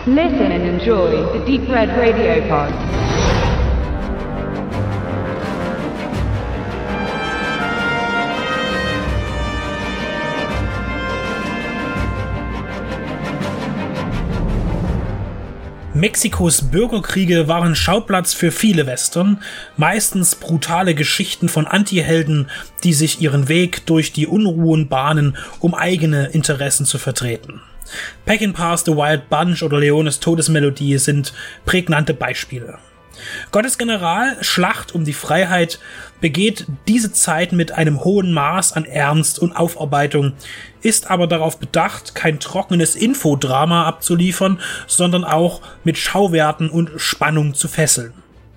Listen and enjoy the Deep Red Radio Pod. Mexikos Bürgerkriege waren Schauplatz für viele Western, meistens brutale Geschichten von Antihelden, die sich ihren Weg durch die Unruhen bahnen, um eigene Interessen zu vertreten. Peckinpah's The Wild Bunch oder Leones Todesmelodie sind prägnante Beispiele. Gottes General, Schlacht um die Freiheit, begeht diese Zeit mit einem hohen Maß an Ernst und Aufarbeitung, ist aber darauf bedacht, kein trockenes Infodrama abzuliefern, sondern auch mit Schauwerten und Spannung zu fesseln.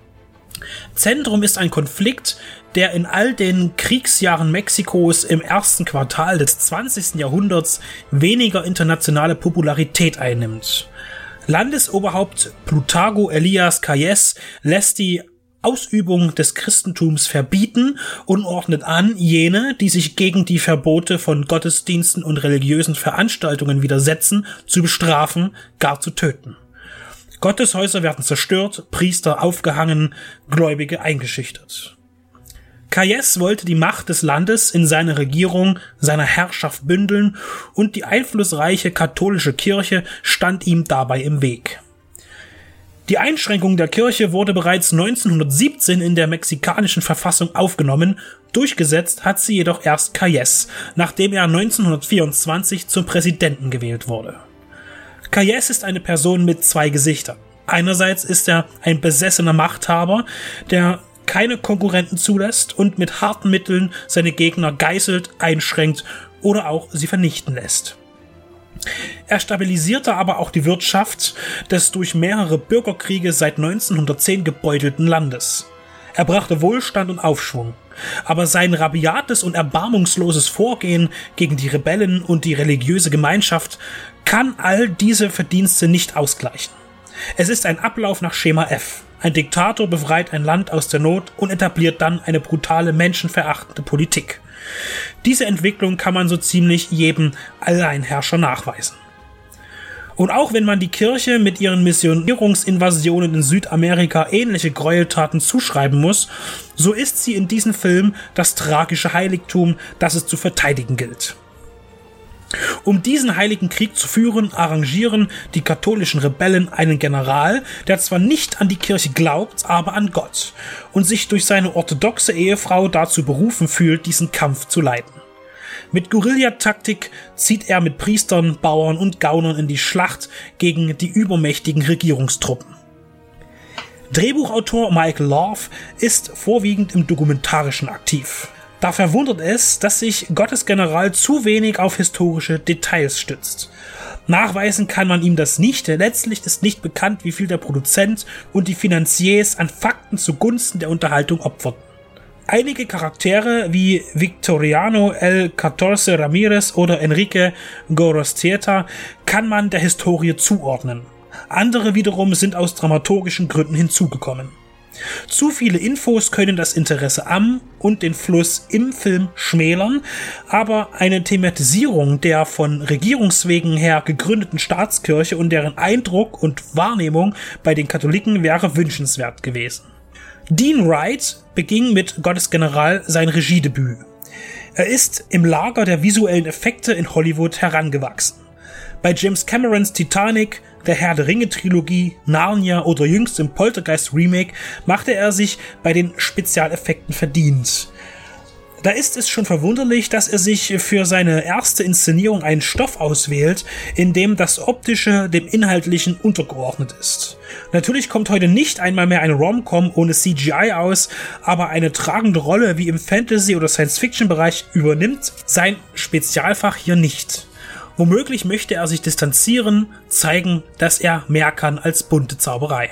Zentrum ist ein Konflikt, der in all den Kriegsjahren Mexikos im ersten Quartal des 20. Jahrhunderts weniger internationale Popularität einnimmt. Landesoberhaupt Plutarco Elias Calles lässt die Ausübung des Christentums verbieten und ordnet an, jene, die sich gegen die Verbote von Gottesdiensten und religiösen Veranstaltungen widersetzen, zu bestrafen, gar zu töten. Gotteshäuser werden zerstört, Priester aufgehangen, Gläubige eingeschüchtert. Calles wollte die Macht des Landes in seine Regierung, seiner Herrschaft bündeln und die einflussreiche katholische Kirche stand ihm dabei im Weg. Die Einschränkung der Kirche wurde bereits 1917 in der mexikanischen Verfassung aufgenommen, durchgesetzt hat sie jedoch erst Calles, nachdem er 1924 zum Präsidenten gewählt wurde. Calles ist eine Person mit zwei Gesichtern. Einerseits ist er ein besessener Machthaber, der keine Konkurrenten zulässt und mit harten Mitteln seine Gegner geißelt, einschränkt oder auch sie vernichten lässt. Er stabilisierte aber auch die Wirtschaft des durch mehrere Bürgerkriege seit 1910 gebeutelten Landes. Er brachte Wohlstand und Aufschwung, aber sein rabiates und erbarmungsloses Vorgehen gegen die Rebellen und die religiöse Gemeinschaft kann all diese Verdienste nicht ausgleichen. Es ist ein Ablauf nach Schema F. Ein Diktator befreit ein Land aus der Not und etabliert dann eine brutale, menschenverachtende Politik. Diese Entwicklung kann man so ziemlich jedem Alleinherrscher nachweisen. Und auch wenn man die Kirche mit ihren Missionierungsinvasionen in Südamerika ähnliche Gräueltaten zuschreiben muss, so ist sie in diesem Film das tragische Heiligtum, das es zu verteidigen gilt. Um diesen heiligen Krieg zu führen, arrangieren die katholischen Rebellen einen General, der zwar nicht an die Kirche glaubt, aber an Gott und sich durch seine orthodoxe Ehefrau dazu berufen fühlt, diesen Kampf zu leiten. Mit Guerillataktik zieht er mit Priestern, Bauern und Gaunern in die Schlacht gegen die übermächtigen Regierungstruppen. Drehbuchautor Michael Love ist vorwiegend im Dokumentarischen aktiv. Da verwundert es, dass sich Gottes General zu wenig auf historische Details stützt. Nachweisen kann man ihm das nicht, denn letztlich ist nicht bekannt, wie viel der Produzent und die Finanziers an Fakten zugunsten der Unterhaltung opferten. Einige Charaktere wie Victoriano El 14 Ramirez oder Enrique Gorostieta kann man der Historie zuordnen. Andere wiederum sind aus dramaturgischen Gründen hinzugekommen. Zu viele Infos können das Interesse am und den Fluss im Film schmälern, aber eine Thematisierung der von Regierungswegen her gegründeten Staatskirche und deren Eindruck und Wahrnehmung bei den Katholiken wäre wünschenswert gewesen. Dean Wright beging mit Gottes General sein Regiedebüt. Er ist im Lager der visuellen Effekte in Hollywood herangewachsen. Bei James Camerons Titanic, der Herr der Ringe-Trilogie, Narnia oder jüngst im Poltergeist-Remake machte er sich bei den Spezialeffekten verdient. Da ist es schon verwunderlich, dass er sich für seine erste Inszenierung einen Stoff auswählt, in dem das Optische dem Inhaltlichen untergeordnet ist. Natürlich kommt heute nicht einmal mehr eine Rom-Com ohne CGI aus, aber eine tragende Rolle wie im Fantasy- oder Science-Fiction-Bereich übernimmt sein Spezialfach hier nicht. Womöglich möchte er sich distanzieren, zeigen, dass er mehr kann als bunte Zauberei.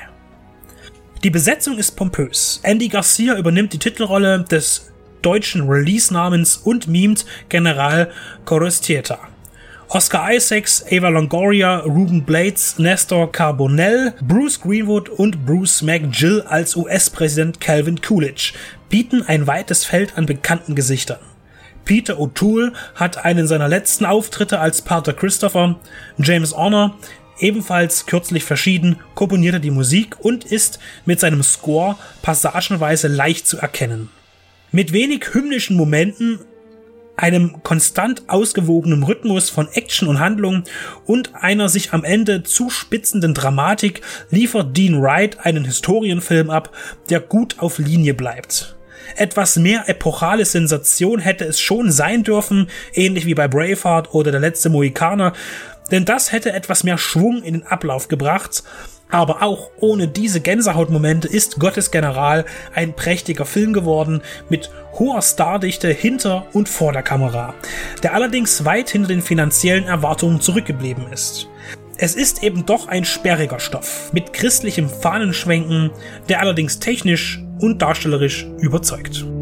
Die Besetzung ist pompös. Andy Garcia übernimmt die Titelrolle des deutschen Release-Namens und mimt General Gorostieta. Oscar Isaacs, Ava Longoria, Ruben Blades, Nestor Carbonell, Bruce Greenwood und Bruce McGill als US-Präsident Calvin Coolidge bieten ein weites Feld an bekannten Gesichtern. Peter O'Toole hat einen seiner letzten Auftritte als Pater Christopher, James Horner ebenfalls kürzlich verschieden, komponiert er die Musik und ist mit seinem Score passagenweise leicht zu erkennen. Mit wenig hymnischen Momenten, einem konstant ausgewogenen Rhythmus von Action und Handlung und einer sich am Ende zuspitzenden Dramatik liefert Dean Wright einen Historienfilm ab, der gut auf Linie bleibt. Etwas mehr epochale Sensation hätte es schon sein dürfen, ähnlich wie bei Braveheart oder Der letzte Mohikaner, denn das hätte etwas mehr Schwung in den Ablauf gebracht. Aber auch ohne diese Gänsehautmomente ist Gottes General ein prächtiger Film geworden, mit hoher Stardichte hinter und vor der Kamera, der allerdings weit hinter den finanziellen Erwartungen zurückgeblieben ist. Es ist eben doch ein sperriger Stoff, mit christlichem Fahnenschwenken, der allerdings technisch und darstellerisch überzeugt.